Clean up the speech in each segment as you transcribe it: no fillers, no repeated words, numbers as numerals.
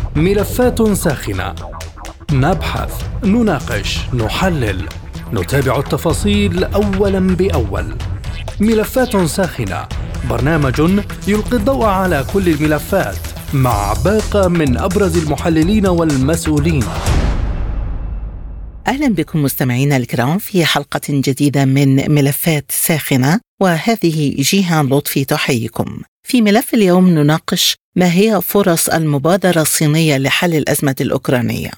ملفات ساخنة، نبحث، نناقش، نحلل، نتابع التفاصيل أولاً بأول. ملفات ساخنة، برنامج يلقي الضوء على كل الملفات مع باقة من أبرز المحللين والمسؤولين. أهلا بكم مستمعينا الكرام في حلقة جديدة من ملفات ساخنة، وهذه جيهان لطفي تحييكم. في ملف اليوم نناقش ما هي فرص المبادرة الصينية لحل الأزمة الأوكرانية.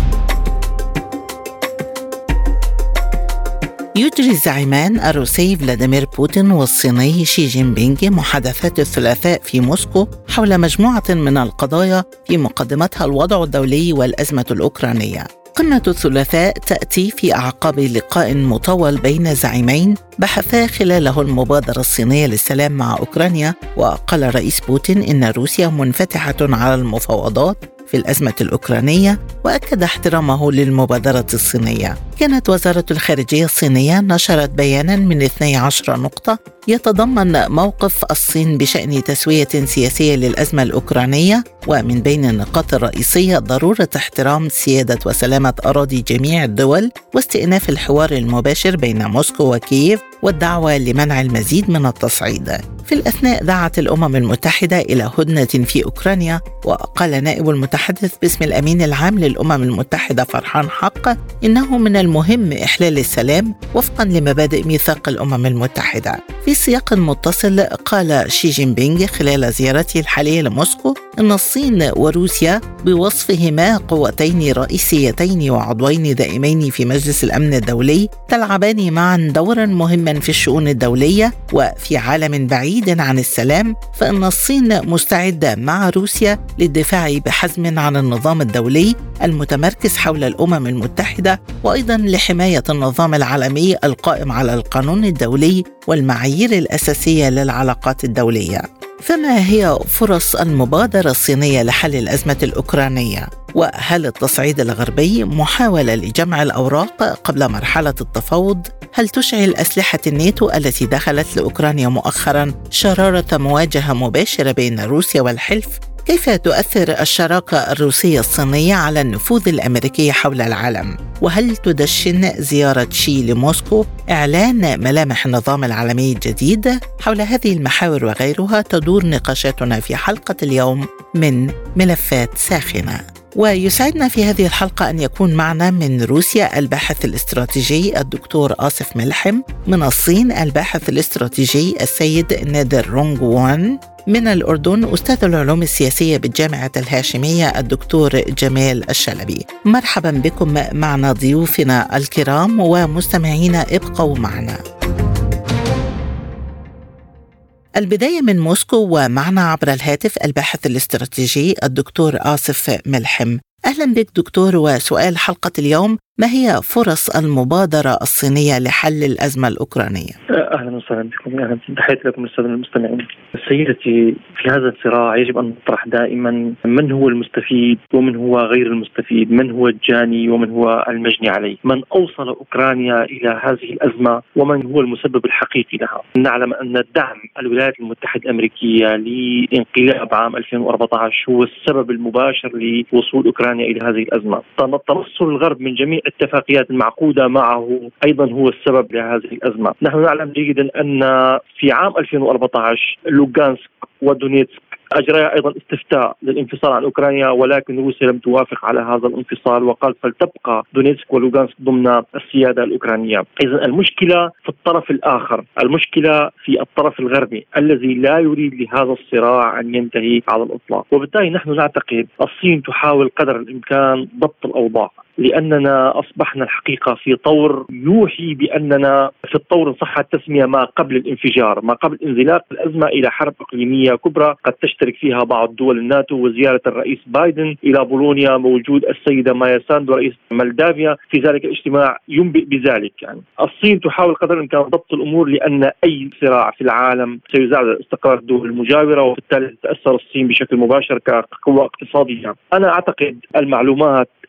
يجري الزعيمان الروسي فلاديمير بوتين والصيني شي جين بينغ محادثات الثلاثاء في موسكو حول مجموعة من القضايا في مقدمتها الوضع الدولي والأزمة الأوكرانية. قمة الثلاثاء تأتي في أعقاب لقاء مطول بين زعيمين بحثا خلاله المبادرة الصينية للسلام مع أوكرانيا. وقال الرئيس بوتين إن روسيا منفتحة على المفاوضات في الأزمة الأوكرانية، وأكد احترامه للمبادرة الصينية. كانت وزارة الخارجية الصينية نشرت بيانا من 12 نقطة يتضمن موقف الصين بشأن تسوية سياسية للأزمة الأوكرانية، ومن بين النقاط الرئيسية ضرورة احترام سيادة وسلامة أراضي جميع الدول، واستئناف الحوار المباشر بين موسكو وكييف، والدعوة لمنع المزيد من التصعيد. في الأثناء دعت الأمم المتحدة إلى هدنة في أوكرانيا. وقال نائب المتحدث باسم الأمين العام للأمم المتحدة فرحان حق إنه من المهم إحلال السلام وفقا لمبادئ ميثاق الأمم المتحدة. في سياق متصل قال شي جين بينغ خلال زيارته الحالية لموسكو إن الصين وروسيا بوصفهما قوتين رئيسيتين وعضوين دائمين في مجلس الأمن الدولي تلعبان معا دورا مهما في الشؤون الدولية. وفي عالم بعيد عن السلام فإن الصين مستعدة مع روسيا للدفاع بحزم عن النظام الدولي المتمركز حول الأمم المتحدة، وأيضا لحماية النظام العالمي القائم على القانون الدولي والمعايير الأساسية للعلاقات الدولية. فما هي فرص المبادرة الصينية لحل الأزمة الأوكرانية؟ وهل التصعيد الغربي محاولة لجمع الأوراق قبل مرحلة التفاوض؟ هل تشعل أسلحة الناتو التي دخلت لأوكرانيا مؤخرا شرارة مواجهة مباشرة بين روسيا والحلف؟ كيف تؤثر الشراكة الروسية الصينية على النفوذ الأمريكي حول العالم؟ وهل تدشن زيارة شي لموسكو إعلان ملامح النظام العالمي الجديد؟ حول هذه المحاور وغيرها تدور نقاشاتنا في حلقة اليوم من ملفات ساخنة. ويسعدنا في هذه الحلقة أن يكون معنا من روسيا الباحث الاستراتيجي الدكتور آصف ملحم، من الصين الباحث الاستراتيجي السيد نادر رونغ وان، من الأردن أستاذ العلوم السياسية بالجامعة الهاشمية الدكتور جمال الشلبي. مرحبا بكم معنا ضيوفنا الكرام، ومستمعينا ابقوا معنا. البداية من موسكو، ومعنا عبر الهاتف الباحث الاستراتيجي الدكتور آصف ملحم. أهلا بك دكتور، وسؤال حلقة اليوم: ما هي فرص المبادرة الصينية لحل الأزمة الأوكرانية؟ أهلا وسهلا بكم. أهلا، تحياتي لكم السادة المستمعين. سيدتي، في هذا الصراع يجب أن نطرح دائما من هو المستفيد ومن هو غير المستفيد، من هو الجاني ومن هو المجني عليه، من أوصل أوكرانيا إلى هذه الأزمة ومن هو المسبب الحقيقي لها. نعلم أن الدعم الولايات المتحدة الأمريكية لانقلاب عام 2014 هو السبب المباشر لوصول أوكرانيا إلى هذه الأزمة. تمصر الغرب من جميع الاتفاقيات المعقودة معه أيضا هو السبب لهذه الأزمة. نحن نعلم جيدا أن في عام 2014 لوغانسك ودونيتسك أجرى أيضا استفتاء للانفصال عن أوكرانيا، ولكن روسيا لم توافق على هذا الانفصال وقال فلتبقى دونيتسك ولوغانسك ضمن السيادة الأوكرانية. إذن المشكلة في الطرف الآخر، المشكلة في الطرف الغربي الذي لا يريد لهذا الصراع أن ينتهي على الإطلاق. وبالتالي نحن نعتقد الصين تحاول قدر الإمكان ضبط الأوضاع، لأننا أصبحنا الحقيقة في طور يوحي بأننا في الطور إن صح التسمية ما قبل الانفجار، ما قبل انزلاق الأزمة إلى حرب إقليمية كبرى قد تشترك فيها بعض دول الناتو. وزيارة الرئيس بايدن إلى بولونيا، موجود السيدة مايا ساندو رئيس مولدافيا في ذلك الاجتماع، ينبئ بذلك. يعني الصين تحاول قدر الإمكان ضبط الأمور، لأن أي صراع في العالم سيزعزع استقرار الدول المجاورة، وبالتالي تتأثر الصين بشكل مباشر كقوة اقتصادية. أنا أعتقد المعلومات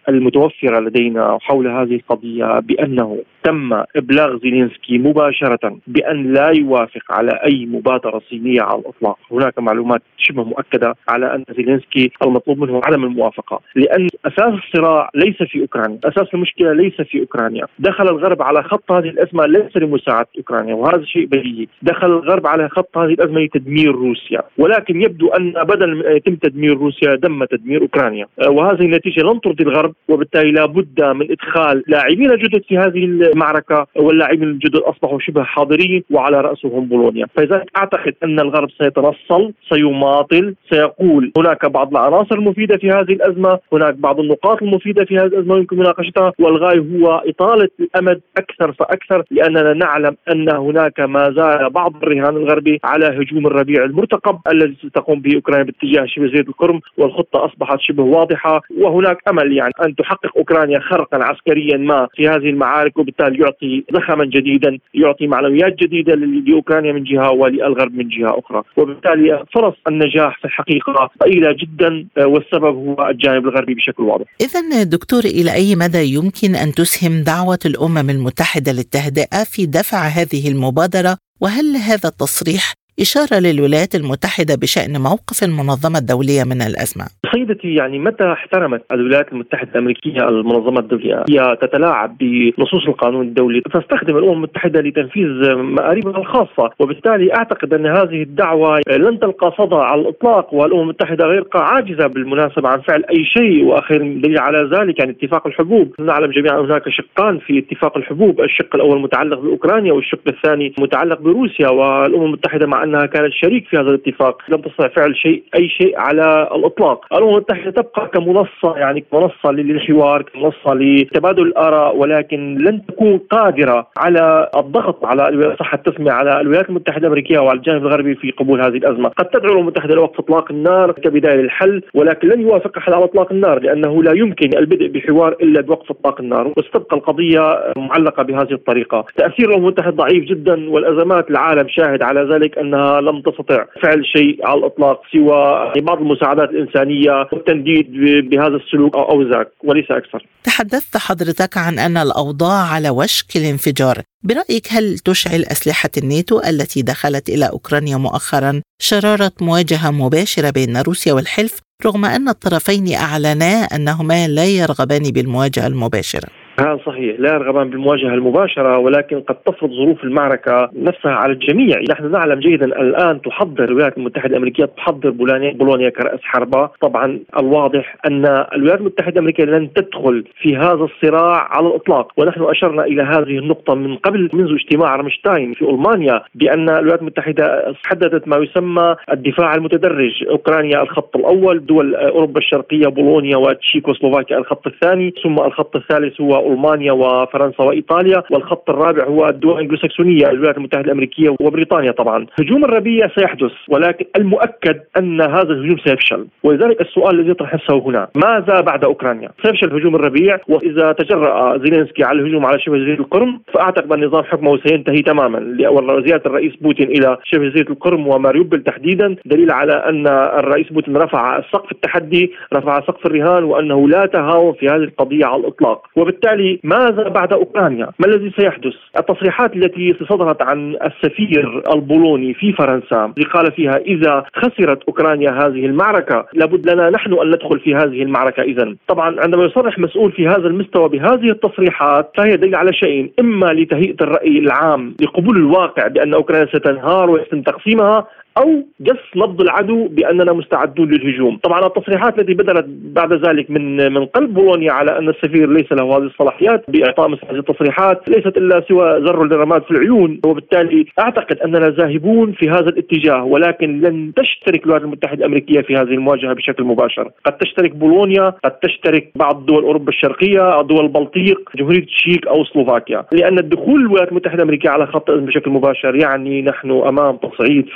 المتوفرة لدينا حول هذه القضية بأنه تم إبلاغ زيلينسكي مباشرة بأن لا يوافق على أي مبادرة صينية على الإطلاق. هناك معلومات شبه مؤكدة على أن زيلينسكي المطلوب منه عدم الموافقة، لأن أساس الصراع ليس في أوكرانيا، أساس المشكلة ليس في أوكرانيا. دخل الغرب على خط هذه الأزمة ليس لمساعدة أوكرانيا، وهذا شيء بديهي. دخل الغرب على خط هذه الأزمة لتدمير روسيا، ولكن يبدو أن بدل من يتم تدمير روسيا تم تدمير أوكرانيا، وهذه النتيجة لن ترضي الغرب، وبالتالي لا بد من إدخال لاعبين جدد في هذه المعركة، واللاعبين الجدد أصبحوا شبه حاضرين وعلى رأسهم بولونيا. فلذلك أعتقد أن الغرب سيتنصل، سيماطل، سيقول هناك بعض العناصر المفيدة في هذه الأزمة، هناك بعض النقاط المفيدة في هذه الأزمة يمكن مناقشتها، والغاية هو إطالة الأمد أكثر فأكثر، لأننا نعلم أن هناك ما زال بعض الرهان الغربي على هجوم الربيع المرتقب الذي ستقوم به أوكرانيا باتجاه شبه جزيرة القرم، والخطة أصبحت شبه واضحة، وهناك أمل يعني أن تحقق أوكرانيا خرقا عسكريا ما في هذه المعارك، وبالتالي يعطي زخما جديدا، يعطي معنويات جديدة لأوكرانيا من جهة وللغرب من جهة أخرى، وبالتالي فرص النجاح في الحقيقة ضئيلة جدا، والسبب هو الجانب الغربي بشكل واضح. إذن دكتور، إلى أي مدى يمكن أن تسهم دعوة الأمم المتحدة للتهدئة في دفع هذه المبادرة؟ وهل هذا التصريح إشارة للولايات المتحدة بشأن موقف المنظمة الدولية من الأزمة؟ سيدتي، يعني متى احترمت الولايات المتحدة الأمريكية المنظمة الدولية؟ هي تتلاعب بنصوص القانون الدولي، تستخدم الأمم المتحدة لتنفيذ مآربها الخاصة، وبالتالي أعتقد أن هذه الدعوة لن تلقى صدى على الإطلاق، والأمم المتحدة غير عاجزة بالمناسبة عن فعل أي شيء. وآخر دليل على ذلك يعني اتفاق الحبوب، نعلم جميعا هناك شقان في اتفاق الحبوب، الشق الأول متعلق بأوكرانيا والشق الثاني متعلق بروسيا، والأمم المتحدة مع أنها كانت شريك في هذا الاتفاق لم تستطع فعل أي شيء على الإطلاق. الأمم المتحدة تبقى كمنصة، يعني كمنصة للحوار، كمنصة لتبادل الآراء، ولكن لن تكون قادرة على الضغط على صح التسمية على الولايات المتحدة الأمريكية وعلى الجانب الغربي في قبول هذه الأزمة. قد تدعو الأمم المتحدة لوقف إطلاق النار كبداية للحل، ولكن لن يوافق أحد على إطلاق النار، لأنه لا يمكن البدء بحوار إلا بوقف إطلاق النار، وستبقى القضية معلقة بهذه الطريقة. تأثير الأمم المتحدة ضعيف جدا، والأزمات العالم شاهد على ذلك أنها لم تستطع فعل شيء على الإطلاق سوى بعض المساعدات الإنسانية والتنديد بهذا السلوك أو ذاك وليس أكثر. تحدثت حضرتك عن أن الأوضاع على وشك الانفجار. برأيك هل تشعل أسلحة الناتو التي دخلت إلى أوكرانيا مؤخرا شرارة مواجهة مباشرة بين روسيا والحلف، رغم أن الطرفين أعلنا أنهما لا يرغبان بالمواجهة المباشرة؟ هذا صحيح، لا يرغبان بالمواجهة المباشرة، ولكن قد تفرض ظروف المعركة نفسها على الجميع. نحن نعلم جيدا الآن تحضر الولايات المتحدة الأمريكية تحضر بولونيا كرأس حربة. طبعا الواضح أن الولايات المتحدة الأمريكية لن تدخل في هذا الصراع على الإطلاق، ونحن أشرنا إلى هذه النقطة من قبل منذ اجتماع رامشتاين في ألمانيا، بأن الولايات المتحدة حددت ما يسمى الدفاع المتدرج. أوكرانيا الخط الأول، دول أوروبا الشرقية بولونيا وتشيكوسلوفاكيا الخط الثاني، ثم الخط الثالث هو ألمانيا وفرنسا وإيطاليا، والخط الرابع هو الدول الأنجلوساكسونية الولايات المتحدة الأمريكية وبريطانيا. طبعا هجوم الربيع سيحدث، ولكن المؤكد أن هذا الهجوم سيفشل، ولذلك السؤال الذي يطرح نفسه هنا ماذا بعد أوكرانيا؟ سيفشل هجوم الربيع، وإذا تجرأ زيلينسكي على الهجوم على شبه جزيرة القرم فأعتقد أن نظام حكمه سينتهي تماما. زيارة الرئيس بوتين إلى شبه جزيرة القرم وماريوبل تحديدا دليل على أن الرئيس بوتين رفع سقف التحدي، رفع سقف الرهان، وأنه لا تهاون في هذه القضية على الإطلاق. وبالتالي ماذا بعد أوكرانيا؟ ما الذي سيحدث؟ التصريحات التي صدرت عن السفير البولوني في فرنسا قال فيها إذا خسرت أوكرانيا هذه المعركة لابد لنا نحن أن ندخل في هذه المعركة. إذن طبعا عندما يصرح مسؤول في هذا المستوى بهذه التصريحات فهي دليل على شيئين: إما لتهيئة الرأي العام لقبول الواقع بأن أوكرانيا ستنهار ويتم تقسيمها، أو جس نبض العدو بأننا مستعدون للهجوم. طبعا التصريحات التي بدلت بعد ذلك من قلب بولونيا على أن السفير ليس له هذه الصلاحيات بإعطاء مثل هذه التصريحات ليست إلا سوى زر للرماد في العيون. وبالتالي أعتقد أننا ذاهبون في هذا الاتجاه، ولكن لن تشترك الولايات المتحدة الأمريكية في هذه المواجهة بشكل مباشر. قد تشترك بولونيا، قد تشترك بعض دول أوروبا الشرقية، دول البلطيق، جمهورية التشيك أو سلوفاكيا، لأن الدخول الولايات المتحدة الأمريكية على خط بشكل مباشر يعني نحن أمام تصعيد في الواقع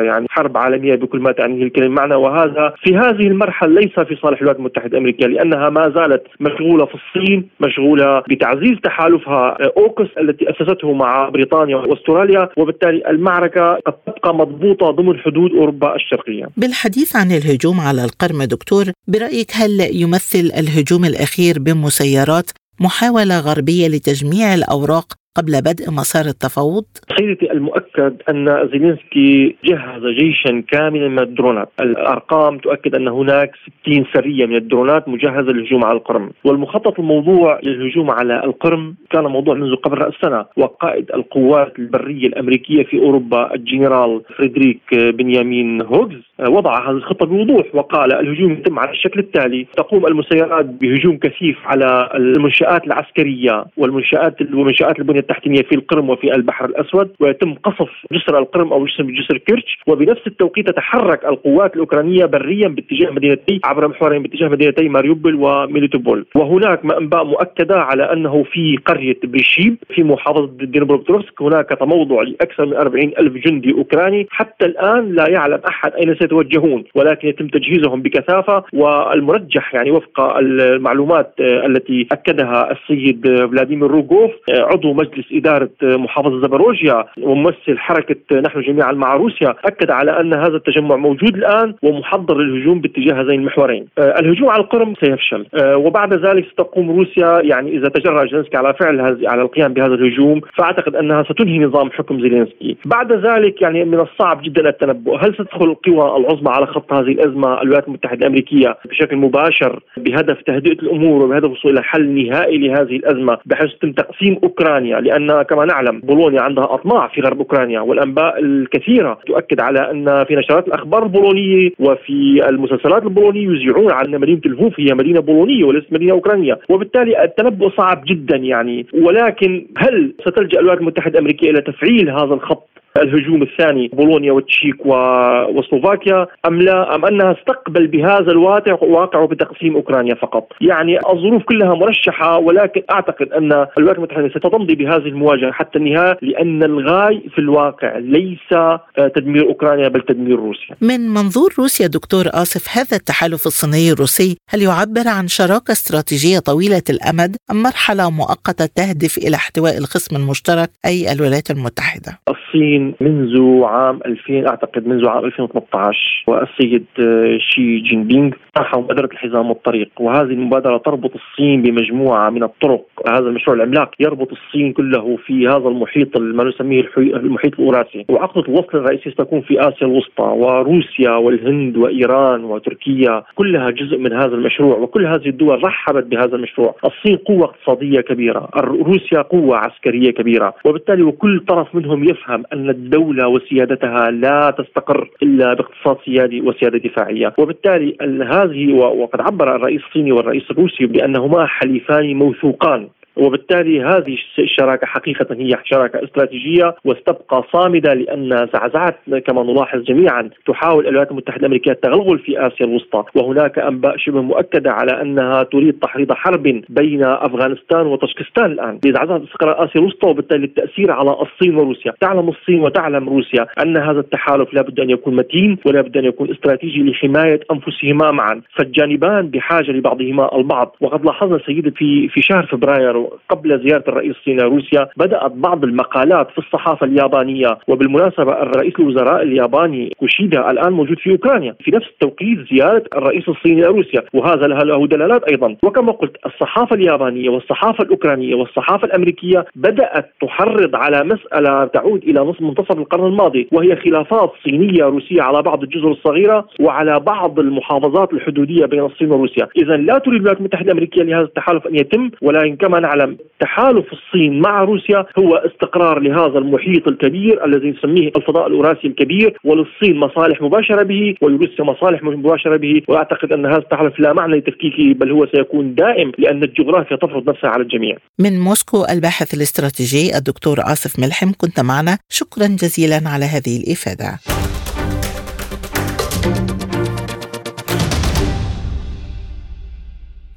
يعني حرب عالمية بكل ما تعنيه الكلمة معنى، وهذا في هذه المرحلة ليس في صالح الولايات المتحدة الأمريكية، لأنها ما زالت مشغولة في الصين، مشغولة بتعزيز تحالفها أوكس التي أسسته مع بريطانيا وأستراليا، وبالتالي المعركة قد تبقى مضبوطة ضمن حدود أوروبا الشرقية. بالحديث عن الهجوم على القرم دكتور، برأيك هل يمثل الهجوم الأخير بمسيرات محاولة غربية لتجميع الأوراق قبل بدء مسار التفاوض؟ سيدتي، المؤكد أن زيلينسكي جهز جيشا كاملا من الدرونات. الأرقام تؤكد أن هناك 60 سرية من الدرونات مجهزة للهجوم على القرم، والمخطط الموضوع للهجوم على القرم كان موضوع منذ قبل رأس سنة، وقائد القوات البرية الأمريكية في أوروبا الجنرال فريدريك بنيامين هوغز وضع هذه الخطة بوضوح وقال الهجوم يتم على الشكل التالي: تقوم المسيرات بهجوم كثيف على المنشآت العسكرية ومنشآت البنية التحتية في القرم وفي البحر الأسود، ويتم قصف جسر القرم أو جسر كيرتش، وبنفس التوقيت تتحرك القوات الأوكرانية بريا باتجاه مدينتي عبر محورين باتجاه مدينتي ماريوبول وميليتوبول. وهناك أنباء مؤكدة على أنه في قرية بريشيب في محافظة دنيبروبتروفسك هناك تموضع لأكثر من 40,000 جندي أوكراني. حتى الآن لا يعلم أحد أين سيتوجهون، ولكن يتم تجهيزهم بكثافة، والمرجح يعني وفق المعلومات التي أكدها السيد فلاديمير روغوف عضو مجلس إدارة محافظة زاباروجيا وممثل حركة نحن جميعا مع روسيا، أكد على أن هذا التجمع موجود الآن ومحضر للهجوم باتجاه هذين المحورين. الهجوم على القرم سيفشل، وبعد ذلك ستقوم روسيا يعني إذا تجرأ زيلينسكي على القيام بهذا الهجوم، فأعتقد أنها ستنهي نظام حكم زيلينسكي. بعد ذلك يعني من الصعب جدا التنبؤ هل ستدخل القوى العظمى على خط هذه الأزمة الولايات المتحدة الأمريكية بشكل مباشر بهدف تهدئة الأمور وبهدف الوصول إلى حل نهائي لهذه الأزمة بحيث يتم تقسيم أوكرانيا، لأن كما نعلم بولونيا عندها أطماع في غرب أوكرانيا، والأنباء الكثيرة تؤكد على أن في نشرات الأخبار البولونية وفي المسلسلات البولونية يذيعون على أن مدينة لفوف هي مدينة بولونية وليست مدينة أوكرانية، وبالتالي التنبؤ صعب جدا يعني. ولكن هل ستلجأ الولايات المتحدة الأمريكية إلى تفعيل هذا الخط الهجوم الثاني بولونيا والتشيك وسلوفاكيا أم لا، أم أنها تستقبل بهذا الواقع بتقسيم أوكرانيا فقط؟ يعني الظروف كلها مرشحة، ولكن أعتقد أن الولايات المتحدة ستمضي بهذه المواجهة حتى النهاية، لأن الغاية في الواقع ليس تدمير أوكرانيا بل تدمير روسيا. من منظور روسيا دكتور آصف، هذا التحالف الصيني الروسي هل يعبر عن شراكة استراتيجية طويلة الأمد أم مرحلة مؤقتة تهدف إلى احتواء الخصم المشترك أي الولايات المتحدة؟ الصين منذ عام 2000 أعتقد منذ عام 2013 والسيد شي جين بينغ طرح مبادرة الحزام والطريق، وهذه المبادرة تربط الصين بمجموعة من الطرق. هذا المشروع العملاق يربط الصين كله في هذا المحيط ما نسميه المحيط الأوراسي، وعقدة الوصل الرئيسي ستكون في آسيا الوسطى، وروسيا والهند وإيران وتركيا كلها جزء من هذا المشروع، وكل هذه الدول رحبت بهذا المشروع. الصين قوة اقتصادية كبيرة، روسيا قوة عسكرية كبيرة، وبالتالي وكل طرف منهم يفهم أن الدولة وسيادتها لا تستقر إلا باقتصاد سيادي وسيادة دفاعية. وبالتالي هذه وقد عبر الرئيس الصيني والرئيس الروسي بأنهما حليفان موثوقان، وبالتالي هذه الشراكة حقيقة هي شراكة استراتيجية وستبقى صامدة، لأن زعزعات كما نلاحظ جميعا تحاول الولايات المتحدة الأمريكية التغلغل في آسيا الوسطى، وهناك أنباء شبه مؤكدة على أنها تريد تحريض حرب بين أفغانستان وطاجكستان الآن لزعزعة استقرار آسيا الوسطى، وبالتالي التأثير على الصين وروسيا. تعلم الصين وتعلم روسيا أن هذا التحالف لا بد أن يكون متين ولا بد أن يكون استراتيجي لحماية أنفسهما معا، فالجانبان بحاجة لبعضهما البعض. وقد لاحظنا سيدي في شهر فبراير قبل زيارة الرئيس الصيني روسيا بدأت بعض المقالات في الصحافة اليابانية، وبالمناسبة الرئيس الوزراء الياباني كوشيدا الآن موجود في أوكرانيا في نفس التوقيت زيارة الرئيس الصيني روسيا، وهذا له دلالات أيضا. وكما قلت الصحافة اليابانية والصحافة الأوكرانية والصحافة الأمريكية بدأت تحرض على مسألة تعود إلى منتصف القرن الماضي، وهي خلافات صينية روسية على بعض الجزر الصغيرة وعلى بعض المحافظات الحدودية بين الصين وروسيا. إذا لا تريد الولايات المتحدة الأمريكية لهذا التحالف أن يتم، ولكن كما نعلم تحالف الصين مع روسيا هو استقرار لهذا المحيط الكبير الذي نسميه الفضاء الأوراسي الكبير، وللصين مصالح مباشرة به ولروسيا مصالح مباشرة به، وأعتقد أن هذا التحالف لا معنى لتفكيكه بل هو سيكون دائم، لأن الجغرافيا تفرض نفسها على الجميع. من موسكو الباحث الاستراتيجي الدكتور آصف ملحم، كنت معنا، شكرا جزيلا على هذه الإفادة.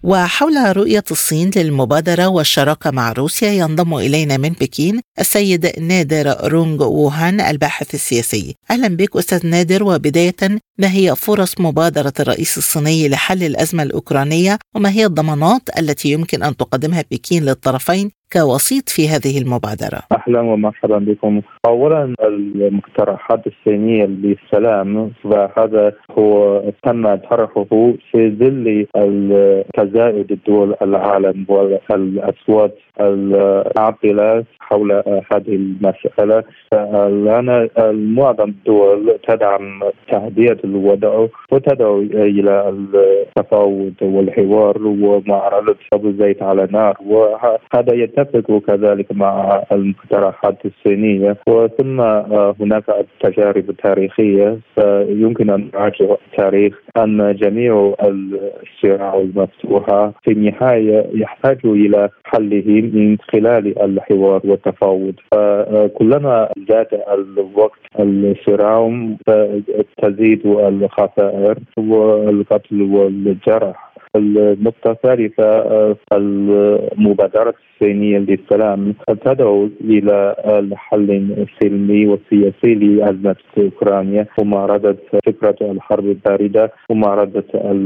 وحول رؤية الصين للمبادرة والشراكة مع روسيا ينضم إلينا من بكين السيد نادر رونغ ووهان الباحث السياسي. أهلا بك أستاذ نادر، وبداية ما هي فرص مبادرة الرئيس الصيني لحل الأزمة الأوكرانية، وما هي الضمانات التي يمكن أن تقدمها بكين للطرفين كوسيط في هذه المبادرة؟ أهلا ومرحبا بكم. أولا المقترحات الصينية للسلام، وهذا هو تم طرحه في ظل تزايد الدول العالم والأصوات العاطلة حول هذه المسألة. لأن معظم الدول تدعم تهدئة الوضع وتدعو إلى التفاوض والحوار ومعارضة الزيت على النار، وهذا يتفق كذلك مع المقترحات الصينية. وثم هناك التجارب التاريخية، فيمكن أن نراجع التاريخ أن جميع الصراع المفتوحة في النهاية يحتاج إلى حله من خلال الحوار والتفاوض. فكلما زاد الوقت الصراع تزيد الخسائر والقتل والجرح. النقطة الثالثة، المبادرة الصينية للسلام تدعو إلى الحل السلمي والسياسي لأزمة أوكرانيا، ومعارضة فكرة الحرب الباردة، ومعارضة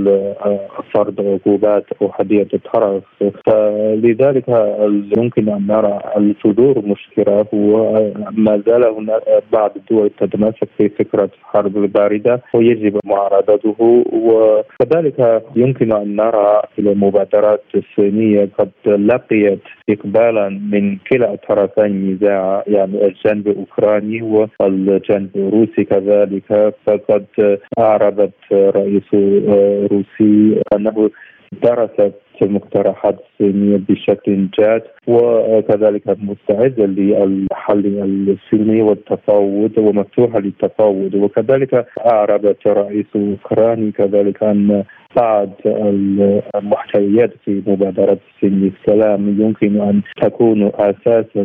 فرض عقوبات أحادية الطرف. فلذلك يمكن أن نرى الصدور مشكلة، وما زال هناك بعض الدول تتمسك في فكرة الحرب الباردة ويجب معارضته. وكذلك يمكن أن نرى المبادرات الصينية قد لقيت إقبالا من كلا طرفي النزاع، يعني الجانب الأوكراني والجانب الروسي كذلك. فقد أعربت رئيس روسي أنه درست المقترحات الصينية بشكل جاد، وكذلك مستعدة للحل السلمي والتفاوض ومفتوحة للتفاوض. وكذلك أعربت رئيس أوكراني كذلك أن بعض المحتويات في مبادرة الصين للسلام يمكن أن تكون أساسا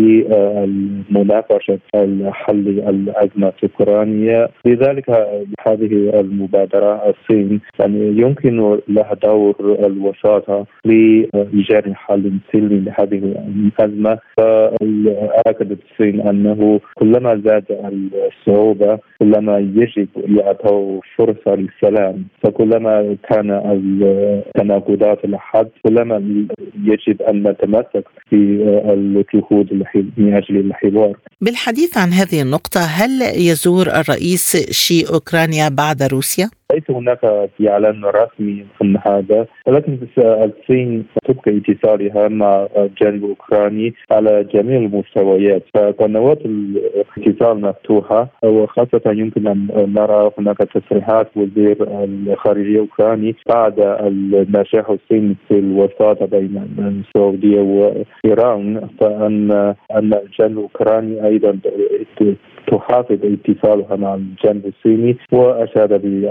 لمناقشة حل الأزمة الأوكرانية. لذلك هذه المبادرة الصين يعني يمكن لها دور الوساطة لإيجاد حل سلمي لهذه الأزمة. فأكدت الصين أنه كلما زاد الصعوبة كلما يجب إعطاء فرصة للسلام، فكلما كان التناقضات الحد كلما يجب أن نتمسك في الجهود من أجل الحوار. بالحديث عن هذه النقطة، هل يزور الرئيس شي أوكرانيا بعد روسيا؟ ليس هناك إعلان رسمي عن هذا، ولكن الصين تبقى اتصالها مع الجانب الأوكراني على جميع المستويات، فقنوات الاتصال مفتوحة. وخاصة يمكن أن نرى هناك تصريحات وزير الخارجية الأوكراني بعد النجاح الصين في الوساطة بين السعودية وإيران، فأن الجانب الأوكراني أيضا تحافظ اتصالها مع الجانب الصيني، وأشاد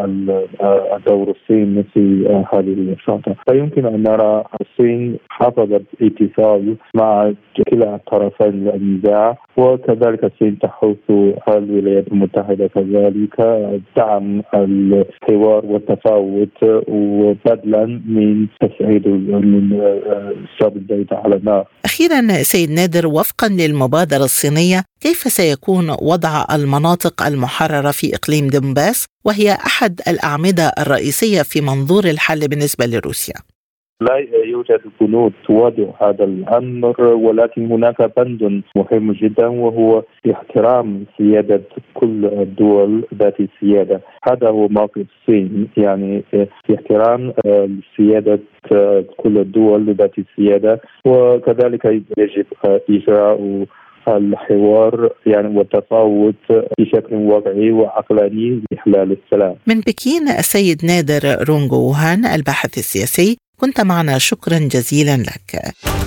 بالدور الصين في هذه الوساطة. فيمكن أن نرى الصين حافظت اتصال مع كلا طرفي النزاع، وكذلك الصين تحث الولايات المتحدة كذلك دعم الحوار والتفاوض، وبدلا من تسعيد من صب الزيت على النار. أخيرا سيد نادر، وفقا للمبادرة الصينية، كيف سيكون وضع المناطق المحررة في إقليم دونباس، وهي أحد الأعمدة الرئيسية في منظور الحل بالنسبة لروسيا؟ لا يوجد بنود توضح هذا الأمر، ولكن هناك بند مهم جدا وهو احترام سيادة كل الدول ذات السيادة. هذا هو موقف الصين، يعني احترام سيادة كل الدول ذات السيادة، وكذلك يجب إجراء الحوار يعني والتفاوض بشكل واقعي وعقلاني لإحلال السلام. من بكين السيد نادر رونغ ووهان الباحث السياسي، كنت معنا، شكرا جزيلا لك.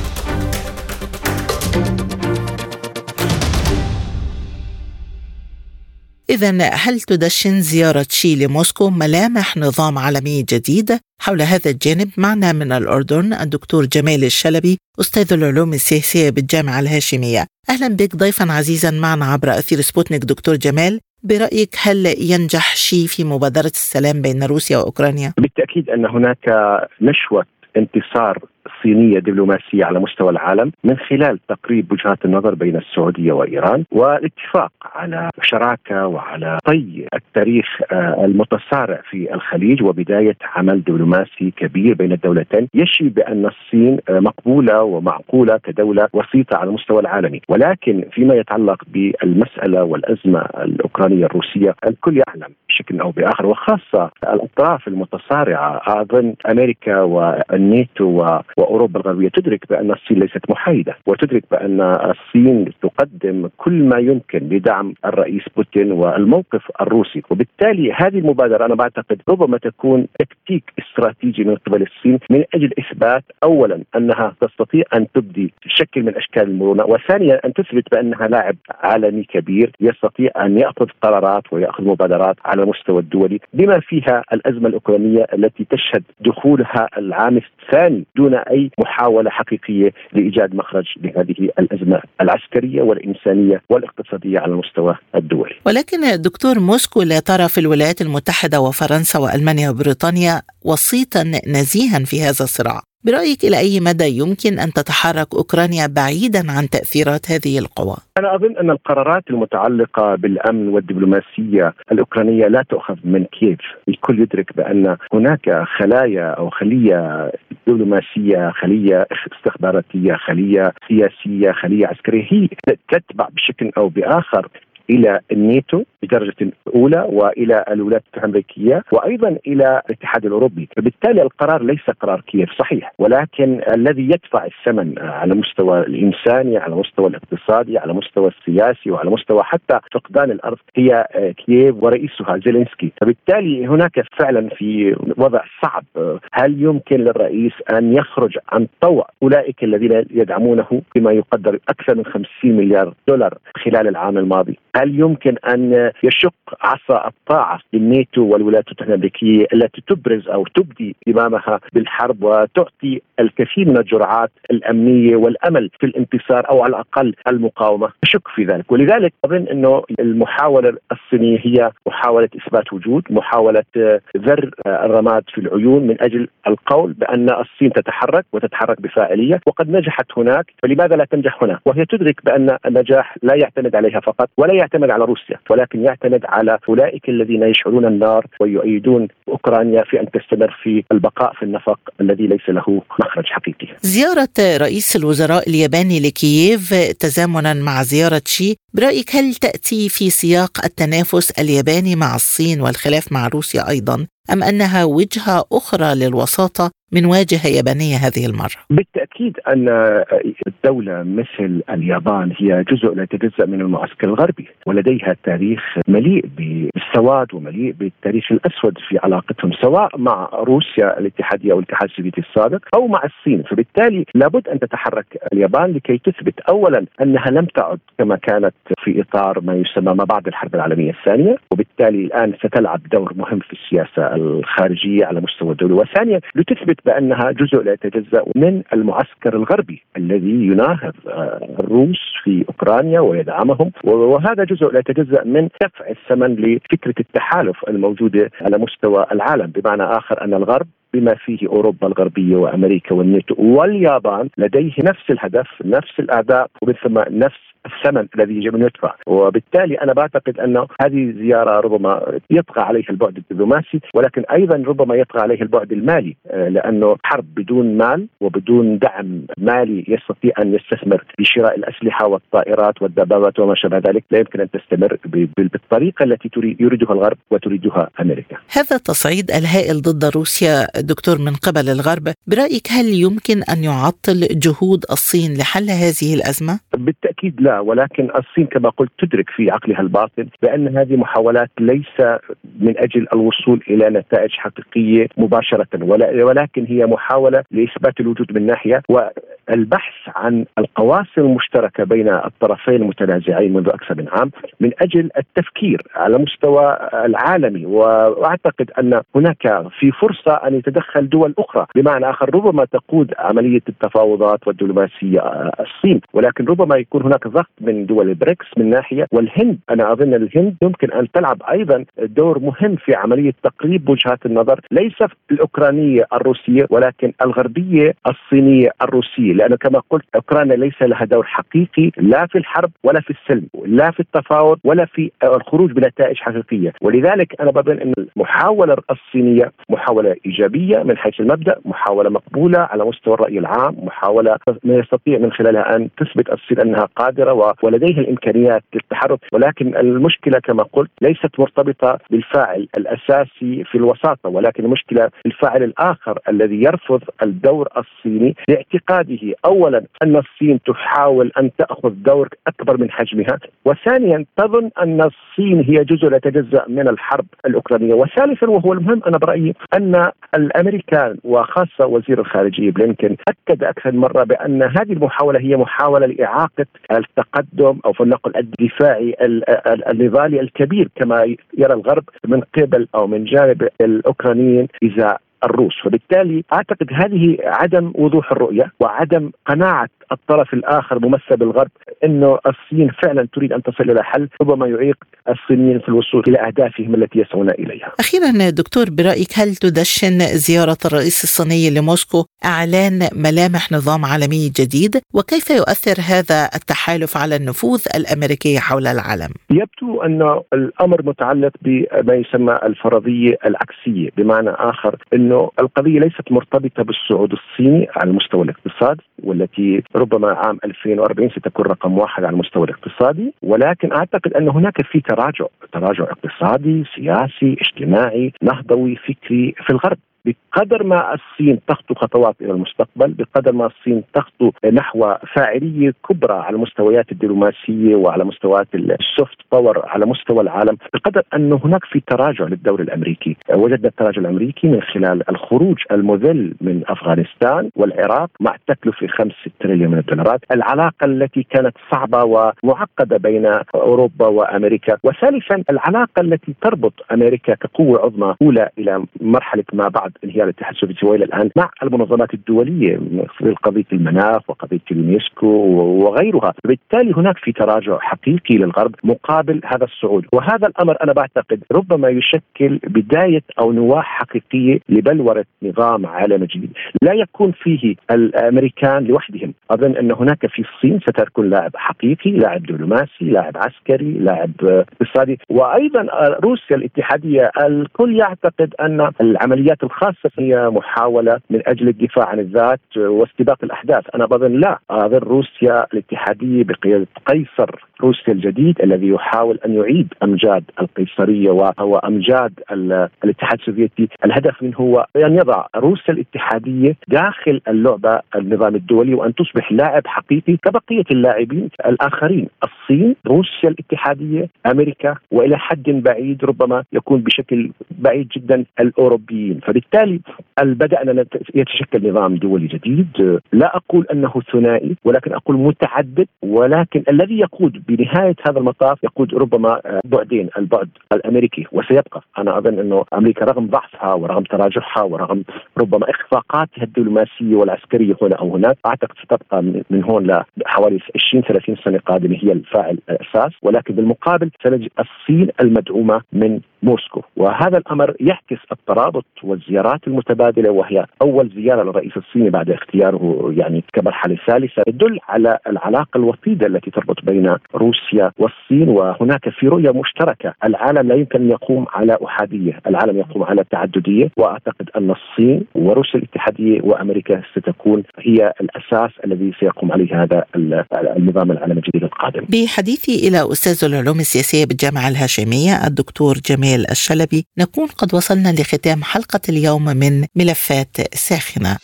إذن هل تدشن زيارة شي لموسكو ملامح نظام عالمي جديد؟ حول هذا الجانب معنا من الأردن الدكتور جمال الشلبي، أستاذ العلوم السياسية بالجامعة الهاشمية. أهلا بك ضيفا عزيزا معنا عبر أثير سبوتنيك. دكتور جمال، برأيك هل ينجح شي في مبادرة السلام بين روسيا وأوكرانيا؟ بالتأكيد أن هناك نشوة انتصار صينية دبلوماسية على مستوى العالم من خلال تقريب وجهات النظر بين السعودية وإيران والاتفاق على شراكة وعلى طي التاريخ المتصارع في الخليج وبداية عمل دبلوماسي كبير بين الدولتين يشي بأن الصين مقبولة ومعقولة كدولة وسيطة على المستوى العالمي. ولكن فيما يتعلق بالمسألة والأزمة الأوكرانية الروسية الكل يعلم بشكل أو بآخر وخاصة الأطراف المتصارعة أظن أمريكا والناتو وأوروبا الغربية تدرك بأن الصين ليست محايدة وتدرك بأن الصين تقدم كل ما يمكن لدعم الرئيس بوتين والموقف الروسي. وبالتالي هذه المبادرة أنا بعتقد ربما تكون تكتيك استراتيجي من قبل الصين من أجل إثبات أولا أنها تستطيع أن تبدي شكل من أشكال المرونة وثانيا أن تثبت بأنها لاعب عالمي كبير يستطيع أن يأخذ قرارات ويأخذ مبادرات على المستوى الدولي بما فيها الأزمة الأوكرانية التي تشهد دخولها العام الثاني دون أي محاولة حقيقية لإيجاد مخرج لهذه الأزمة العسكرية والإنسانية والاقتصادية على المستوى الدولي. ولكن دكتور موسكو لا ترى في الولايات المتحدة وفرنسا وألمانيا وبريطانيا وسيطا نزيها في هذا الصراع. برأيك إلى أي مدى يمكن أن تتحرك أوكرانيا بعيدا عن تأثيرات هذه القوى؟ أنا أظن أن القرارات المتعلقة بالأمن والدبلوماسية الأوكرانية لا تؤخذ من كييف. الكل يدرك بأن هناك خلايا أو خلية دبلوماسية، خلية استخباراتية، خلية سياسية، خلية عسكرية هي تتبع بشكل أو بآخر إلى الناتو بدرجة أولى وإلى الولايات المتحدة الأمريكية وأيضا إلى الاتحاد الأوروبي. فبالتالي القرار ليس قرار كييف صحيح، ولكن الذي يدفع الثمن على المستوى الإنساني، على المستوى الاقتصادي، على المستوى السياسي وعلى مستوى حتى فقدان الأرض هي كييف ورئيسها زيلينسكي. فبالتالي هناك فعلا في وضع صعب. هل يمكن للرئيس أن يخرج عن طوع أولئك الذين يدعمونه بما يقدر أكثر من 50 مليار دولار خلال العام الماضي؟ هل يمكن أن يشق عصا الطاعة للناتو والولايات المتحدة الأمريكية التي تبرز أو تبدي إمامها بالحرب وتعطي الكثير من الجرعات الأمنية والأمل في الانتصار أو على الأقل المقاومة؟ أشك في ذلك. ولذلك أظن أنه المحاولة الصينية هي محاولة إثبات وجود، محاولة ذر الرماد في العيون من أجل القول بأن الصين تتحرك وتتحرك بفاعلية وقد نجحت هناك، فلماذا لا تنجح هنا؟ وهي تدرك بأن النجاح لا يعتمد عليها فقط ولا يعتمد على روسيا، ولكن يعتمد على أولئك الذين يشعلون النار ويؤيدون أوكرانيا في أن تستمر في البقاء في النفق الذي ليس له مخرج حقيقي. زيارة رئيس الوزراء الياباني لكييف تزامنا مع زيارة شي، برأيك هل تأتي في سياق التنافس الياباني مع الصين والخلاف مع روسيا أيضا، أم أنها وجهة أخرى للوساطة من واجهة يابانية هذه المرة؟ بالتأكيد أن الدولة مثل اليابان هي جزء لا يتجزأ من المعسكر الغربي ولديها تاريخ مليء بالسواد ومليء بالتاريخ الأسود في علاقتهم سواء مع روسيا الاتحادية أو الاتحاد السوفيتي السابق أو مع الصين. فبالتالي لابد أن تتحرك اليابان لكي تثبت أولا أنها لم تعد كما كانت في إطار ما يسمى ما بعد الحرب العالمية الثانية، وبالتالي الآن ستلعب دور مهم في السياسة الخارجية على مستوى الدولة، وثانيا لتثبت بأنها جزء لا يتجزأ من المعسكر الغربي الذي يناهض الروس في أوكرانيا ويدعمهم، وهذا جزء لا يتجزأ من دفع الثمن لفكرة التحالف الموجودة على مستوى العالم. بمعنى آخر أن الغرب بما فيه أوروبا الغربية وأمريكا والناتو واليابان لديه نفس الهدف، نفس الأعداء، ومن ثم نفس الثمن الذي يجب أن يدفع. وبالتالي أنا بعتقد أن هذه زيارة ربما يطغى عليها البعد الدبلوماسي، ولكن أيضا ربما يطغى عليه البعد المالي، لأنه حرب بدون مال وبدون دعم مالي يستطيع أن يستثمر في شراء الأسلحة والطائرات والدبابات وما شابه ذلك لا يمكن أن تستمر بالطريقة التي يريدها الغرب وتريدها أمريكا. هذا التصعيد الهائل ضد روسيا دكتور من قبل الغرب، برأيك هل يمكن أن يعطل جهود الصين لحل هذه الأزمة؟ بالتأكيد لا، ولكن الصين كما قلت تدرك في عقلها الباطن بأن هذه محاولات ليس من أجل الوصول إلى نتائج حقيقية مباشرة، ولكن هي محاولة لإثبات الوجود من ناحية البحث عن القواسم المشتركة بين الطرفين المتنازعين منذ أكثر من عام من أجل التفكير على مستوى العالمي. وأعتقد أن هناك في فرصة أن يتدخل دول أخرى، بمعنى آخر ربما تقود عملية التفاوضات والدبلوماسية الصين، ولكن ربما يكون هناك ضغط من دول البريكس من ناحية، والهند. أنا أظن الهند يمكن أن تلعب أيضا دور مهم في عملية تقريب وجهات النظر، ليس الأوكرانية الروسية ولكن الغربية الصينية الروسية، لأنه كما قلت أوكرانيا ليس لها دور حقيقي لا في الحرب ولا في السلم، لا في التفاوض ولا في الخروج بنتائج حقيقية. ولذلك أنا بظن أن المحاولة الصينية محاولة إيجابية من حيث المبدأ، محاولة مقبولة على مستوى الرأي العام، محاولة يستطيع من خلالها أن تثبت الصين أنها قادرة ولديها الإمكانيات للتحرك. ولكن المشكلة كما قلت ليست مرتبطة بالفاعل الأساسي في الوساطة، ولكن المشكلة الفاعل الآخر الذي يرفض الدور الصيني لاعتقاده أولا أن الصين تحاول أن تأخذ دور أكبر من حجمها، وثانيا تظن أن الصين هي جزء لا يتجزأ من الحرب الأوكرانية، وثالثا وهو المهم أنا برأيي أن الأمريكان وخاصة وزير الخارجية بلينكن أكد أكثر من مرة بأن هذه المحاولة هي محاولة لإعاقة التقدم أو فلنقل الدفاعي النضالي الكبير كما يرى الغرب من قبل أو من جانب الأوكرانيين إذا الروس. فبالتالي أعتقد هذه عدم وضوح الرؤية وعدم قناعة الطرف الآخر ممثل بالغرب أنه الصين فعلا تريد أن تصل إلى حل ربما يعيق الصينيين في الوصول إلى أهدافهم التي يسعون إليها. أخيرا دكتور، برأيك هل تدشن زيارة الرئيس الصيني لموسكو إعلان ملامح نظام عالمي جديد؟ وكيف يؤثر هذا التحالف على النفوذ الأمريكي حول العالم؟ يبدو أن الأمر متعلق بما يسمى الفرضية العكسية، بمعنى آخر أنه القضية ليست مرتبطة بالصعود الصيني على المستوى الاقتصادي، والتي ربما عام 2040 ستكون رقم 1 على المستوى الاقتصادي، ولكن أعتقد أن هناك في تراجع اقتصادي سياسي اجتماعي نهضوي فكري في الغرب. بقدر ما الصين تخطو خطوات إلى المستقبل، بقدر ما الصين تخطو نحو فاعلية كبرى على المستويات الدبلوماسية وعلى مستويات السوفت باور على مستوى العالم، بقدر أن هناك في تراجع للدور الأمريكي. وجدنا التراجع الأمريكي من خلال الخروج المذل من أفغانستان والعراق مع تكلفة 5 تريليون من الدولارات، العلاقة التي كانت صعبة ومعقدة بين أوروبا وأمريكا، وثالثا العلاقة التي تربط أمريكا كقوة عظمى أولى إلى مرحلة ما بعد انهيار الاتحاد السوفيتي والى الان مع المنظمات الدوليه في قضيه المناخ وقضيه اليونسكو وغيرها. بالتالي هناك في تراجع حقيقي للغرب مقابل هذا الصعود، وهذا الامر انا بعتقد ربما يشكل بدايه او نواه حقيقيه لبلوره نظام عالمي جديد لا يكون فيه الامريكان لوحدهم. اظن ان هناك في الصين ستكون لاعب حقيقي، لاعب دبلوماسي، لاعب عسكري، لاعب اقتصادي، وايضا روسيا الاتحاديه. الكل يعتقد ان العمليات الخاصة هي محاولة من أجل الدفاع عن الذات واستباق الأحداث. أنا بظن لا، أظن روسيا الاتحادية بقيادة قيصر روسيا الجديد الذي يحاول أن يعيد أمجاد القيصرية وهو أمجاد الاتحاد السوفيتي، الهدف منه هو أن يضع روسيا الاتحادية داخل اللعبة النظام الدولي وأن تصبح لاعب حقيقي كبقية اللاعبين الآخرين. الصين، روسيا الاتحادية، أمريكا، وإلى حد بعيد ربما يكون بشكل بعيد جدا الأوروبيين. فبالتالي بدأنا يتشكل نظام دولي جديد، لا أقول أنه ثنائي ولكن أقول متعدد، ولكن الذي يقود بنهاية هذا المطاف يقود ربما بعدين، البعد الأمريكي وسيبقى. أنا أظن أنه أمريكا رغم ضعفها ورغم تراجعها ورغم ربما إخفاقاتها الدبلوماسية والعسكرية هنا أو هناك، أعتقد ستبقى من هون لحوالي 20-30 سنة قادمة هي الفاعل الأساس، ولكن بالمقابل سنجد الصين المدعومة من موسكو. وهذا الأمر يعكس الترابط والزيارات المتبادلة، وهي أول زيارة للرئيس الصيني بعد اختياره يعني كمرحلة ثالثة، تدل على العلاقة الوطيدة التي تربط بين روسيا والصين. وهناك في رؤية مشتركة، العالم لا يمكن أن يقوم على أحادية، العالم يقوم على تعددية، وأعتقد أن الصين وروسيا الاتحادية وأمريكا ستكون هي الأساس الذي سيقوم عليه هذا النظام العالمي الجديد القادم. بحديثي إلى أستاذ العلوم السياسية بالجامعة الهاشمية الدكتور جميل الشلبي، نكون قد وصلنا لختام حلقة اليوم من ملفات ساخنة.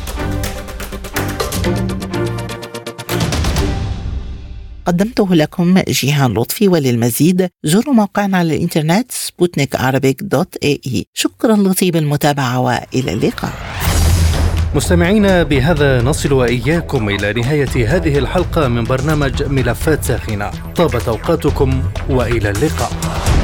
قدمته لكم جيهان لطفي، وللمزيد زوروا موقعنا على الإنترنت sputnikarabic.ae. شكرا لطيب المتابعة وإلى اللقاء. مستمعينا، بهذا نصل وإياكم إلى نهاية هذه الحلقة من برنامج ملفات ساخنة. طابت أوقاتكم وإلى اللقاء.